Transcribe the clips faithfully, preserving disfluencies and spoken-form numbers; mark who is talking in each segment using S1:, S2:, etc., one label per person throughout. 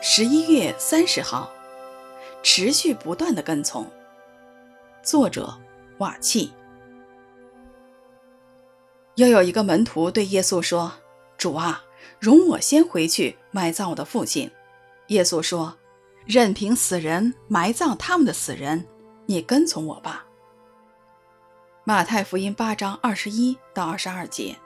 S1: 十一月三十号，持续不断的跟从。作者瓦契。又有一个门徒对耶稣说：主啊，容我先回去埋葬我的父亲。耶稣说：任凭死人埋葬他们的死人，你跟从我吧。马太福音八章二十一到二十二节。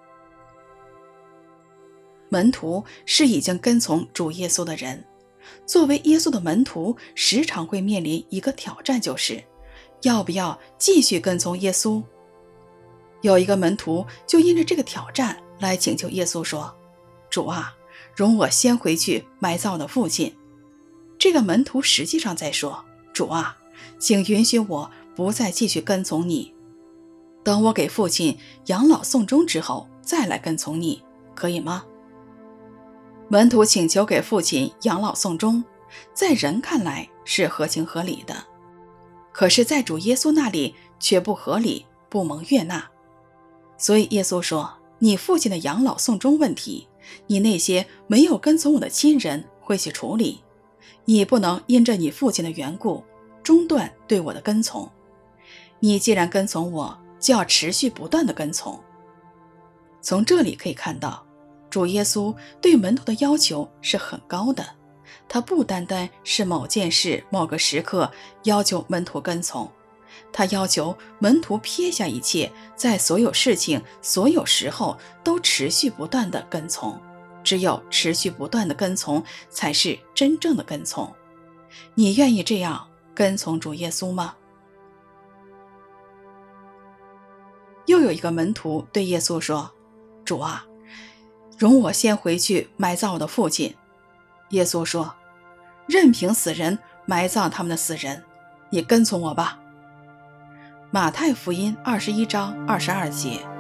S1: 门徒是已经跟从主耶稣的人，作为耶稣的门徒，时常会面临一个挑战，就是要不要继续跟从耶稣。有一个门徒就因着这个挑战来请求耶稣说：主啊，容我先回去埋葬我的父亲。这个门徒实际上在说：主啊，请允许我不再继续跟从你，等我给父亲养老送终之后再来跟从你，可以吗？门徒请求给父亲养老送终，在人看来是合情合理的，可是在主耶稣那里却不合理，不蒙悦纳。所以耶稣说，你父亲的养老送终问题，你那些没有跟从我的亲人会去处理，你不能因着你父亲的缘故中断对我的跟从。你既然跟从我，就要持续不断的跟从。从这里可以看到，主耶稣对门徒的要求是很高的，他不单单是某件事某个时刻要求门徒跟从，他要求门徒撇下一切，在所有事情所有时候都持续不断的跟从。只有持续不断的跟从，才是真正的跟从。你愿意这样跟从主耶稣吗？又有一个门徒对耶稣说：主啊，容我先回去埋葬我的父亲。耶稣说：任凭死人埋葬他们的死人，你跟从我吧。马太福音二十一章二十二节。